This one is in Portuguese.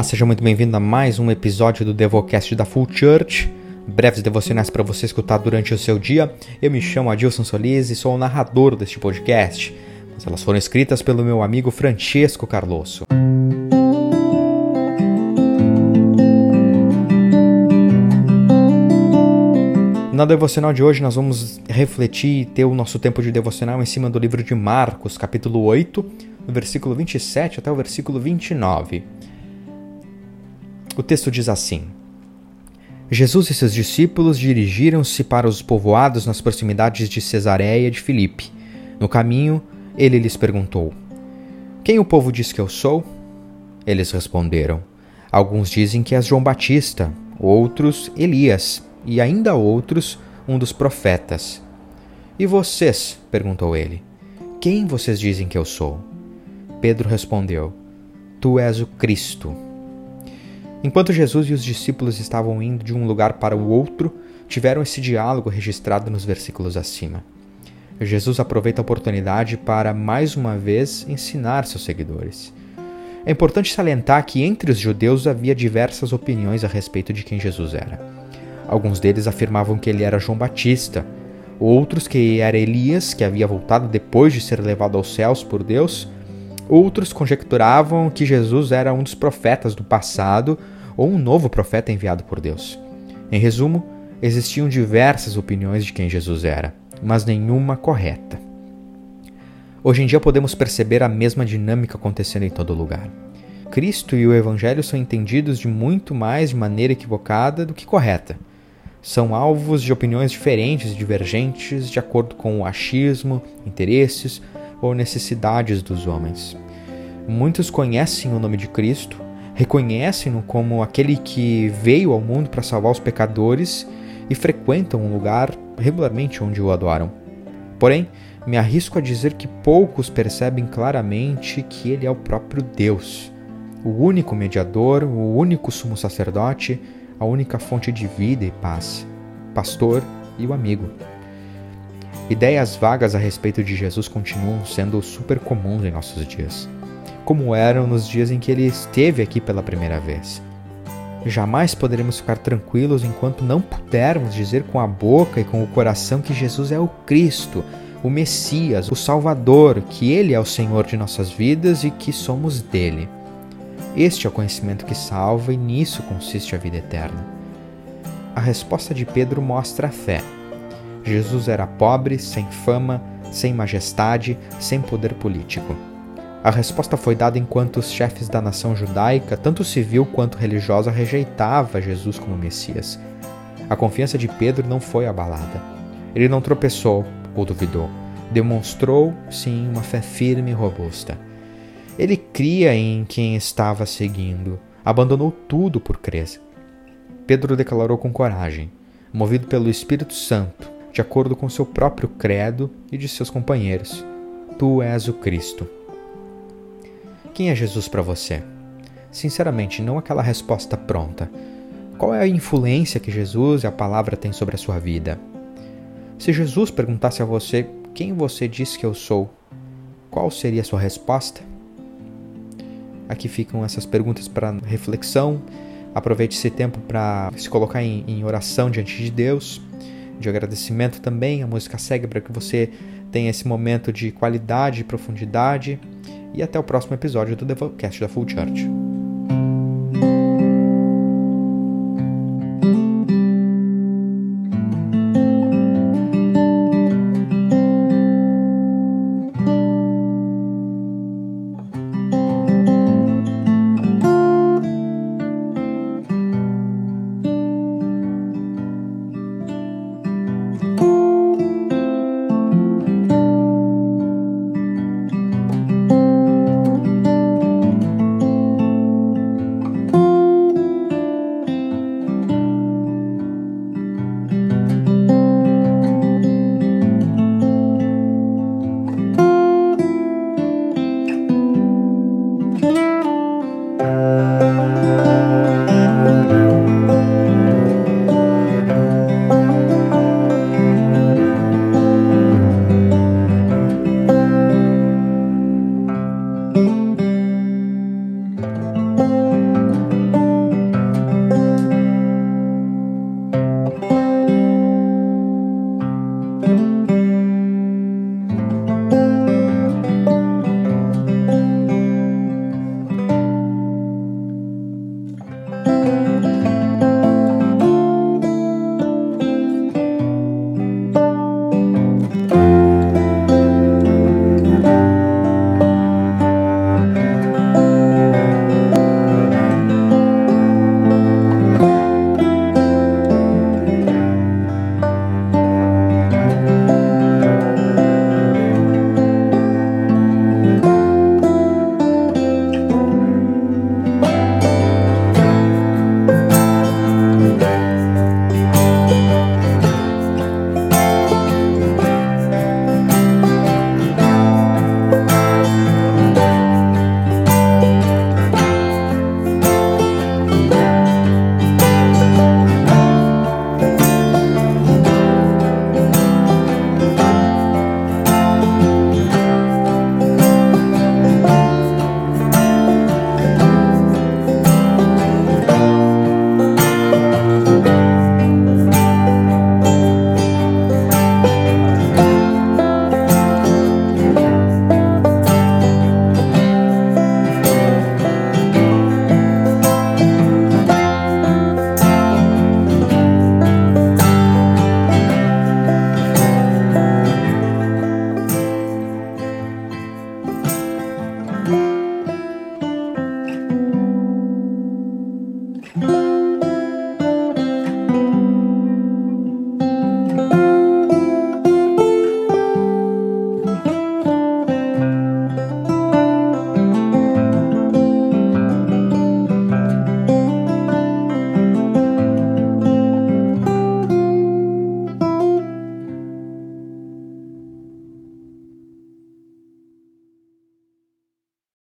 Olá, seja muito bem-vindo a mais um episódio do Devocast da Full Church. Breves devocionais para você escutar durante o seu dia. Eu me chamo Adilson Solis e sou o narrador deste podcast, mas elas foram escritas pelo meu amigo Francesco Carlosso. Na devocional de hoje nós vamos refletir e ter o nosso tempo de devocional em cima do livro de Marcos, capítulo 8, do versículo 27 até o versículo 29. O texto diz assim: Jesus e seus discípulos dirigiram-se para os povoados nas proximidades de Cesareia de Filipe. No caminho, ele lhes perguntou: Quem o povo diz que eu sou? Eles responderam: Alguns dizem que és João Batista, outros Elias, e ainda outros um dos profetas. E vocês? Perguntou ele. Quem vocês dizem que eu sou? Pedro respondeu: Tu és o Cristo. Enquanto Jesus e os discípulos estavam indo de um lugar para o outro, tiveram esse diálogo registrado nos versículos acima. Jesus aproveita a oportunidade para, mais uma vez, ensinar seus seguidores. É importante salientar que entre os judeus havia diversas opiniões a respeito de quem Jesus era. Alguns deles afirmavam que ele era João Batista, outros que era Elias, que havia voltado depois de ser levado aos céus por Deus. Outros conjecturavam que Jesus era um dos profetas do passado ou um novo profeta enviado por Deus. Em resumo, existiam diversas opiniões de quem Jesus era, mas nenhuma correta. Hoje em dia podemos perceber a mesma dinâmica acontecendo em todo lugar. Cristo e o Evangelho são entendidos de muito mais de maneira equivocada do que correta. São alvos de opiniões diferentes e divergentes de acordo com o achismo, interesses ou necessidades dos homens. Muitos conhecem o nome de Cristo, reconhecem-no como aquele que veio ao mundo para salvar os pecadores e frequentam um lugar regularmente onde o adoram. Porém, me arrisco a dizer que poucos percebem claramente que ele é o próprio Deus, o único mediador, o único sumo sacerdote, a única fonte de vida e paz, pastor e o amigo. Ideias vagas a respeito de Jesus continuam sendo super comuns em nossos dias, como eram nos dias em que ele esteve aqui pela primeira vez. Jamais poderemos ficar tranquilos enquanto não pudermos dizer com a boca e com o coração que Jesus é o Cristo, o Messias, o Salvador, que ele é o Senhor de nossas vidas e que somos dele. Este é o conhecimento que salva e nisso consiste a vida eterna. A resposta de Pedro mostra a fé. Jesus era pobre, sem fama, sem majestade, sem poder político. A resposta foi dada enquanto os chefes da nação judaica, tanto civil quanto religiosa, rejeitavam Jesus como Messias. A confiança de Pedro não foi abalada. Ele não tropeçou ou duvidou. Demonstrou, sim, uma fé firme e robusta. Ele cria em quem estava seguindo. Abandonou tudo por crer. Pedro declarou com coragem, movido pelo Espírito Santo, de acordo com seu próprio credo e de seus companheiros: Tu és o Cristo. Quem é Jesus para você? Sinceramente, não aquela resposta pronta. Qual é a influência que Jesus e a palavra têm sobre a sua vida? Se Jesus perguntasse a você quem você diz que eu sou, qual seria a sua resposta? Aqui ficam essas perguntas para reflexão. Aproveite esse tempo para se colocar em oração diante de Deus, de agradecimento também. A música segue para que você tenha esse momento de qualidade e profundidade. E até o próximo episódio do Devocast da Full Church.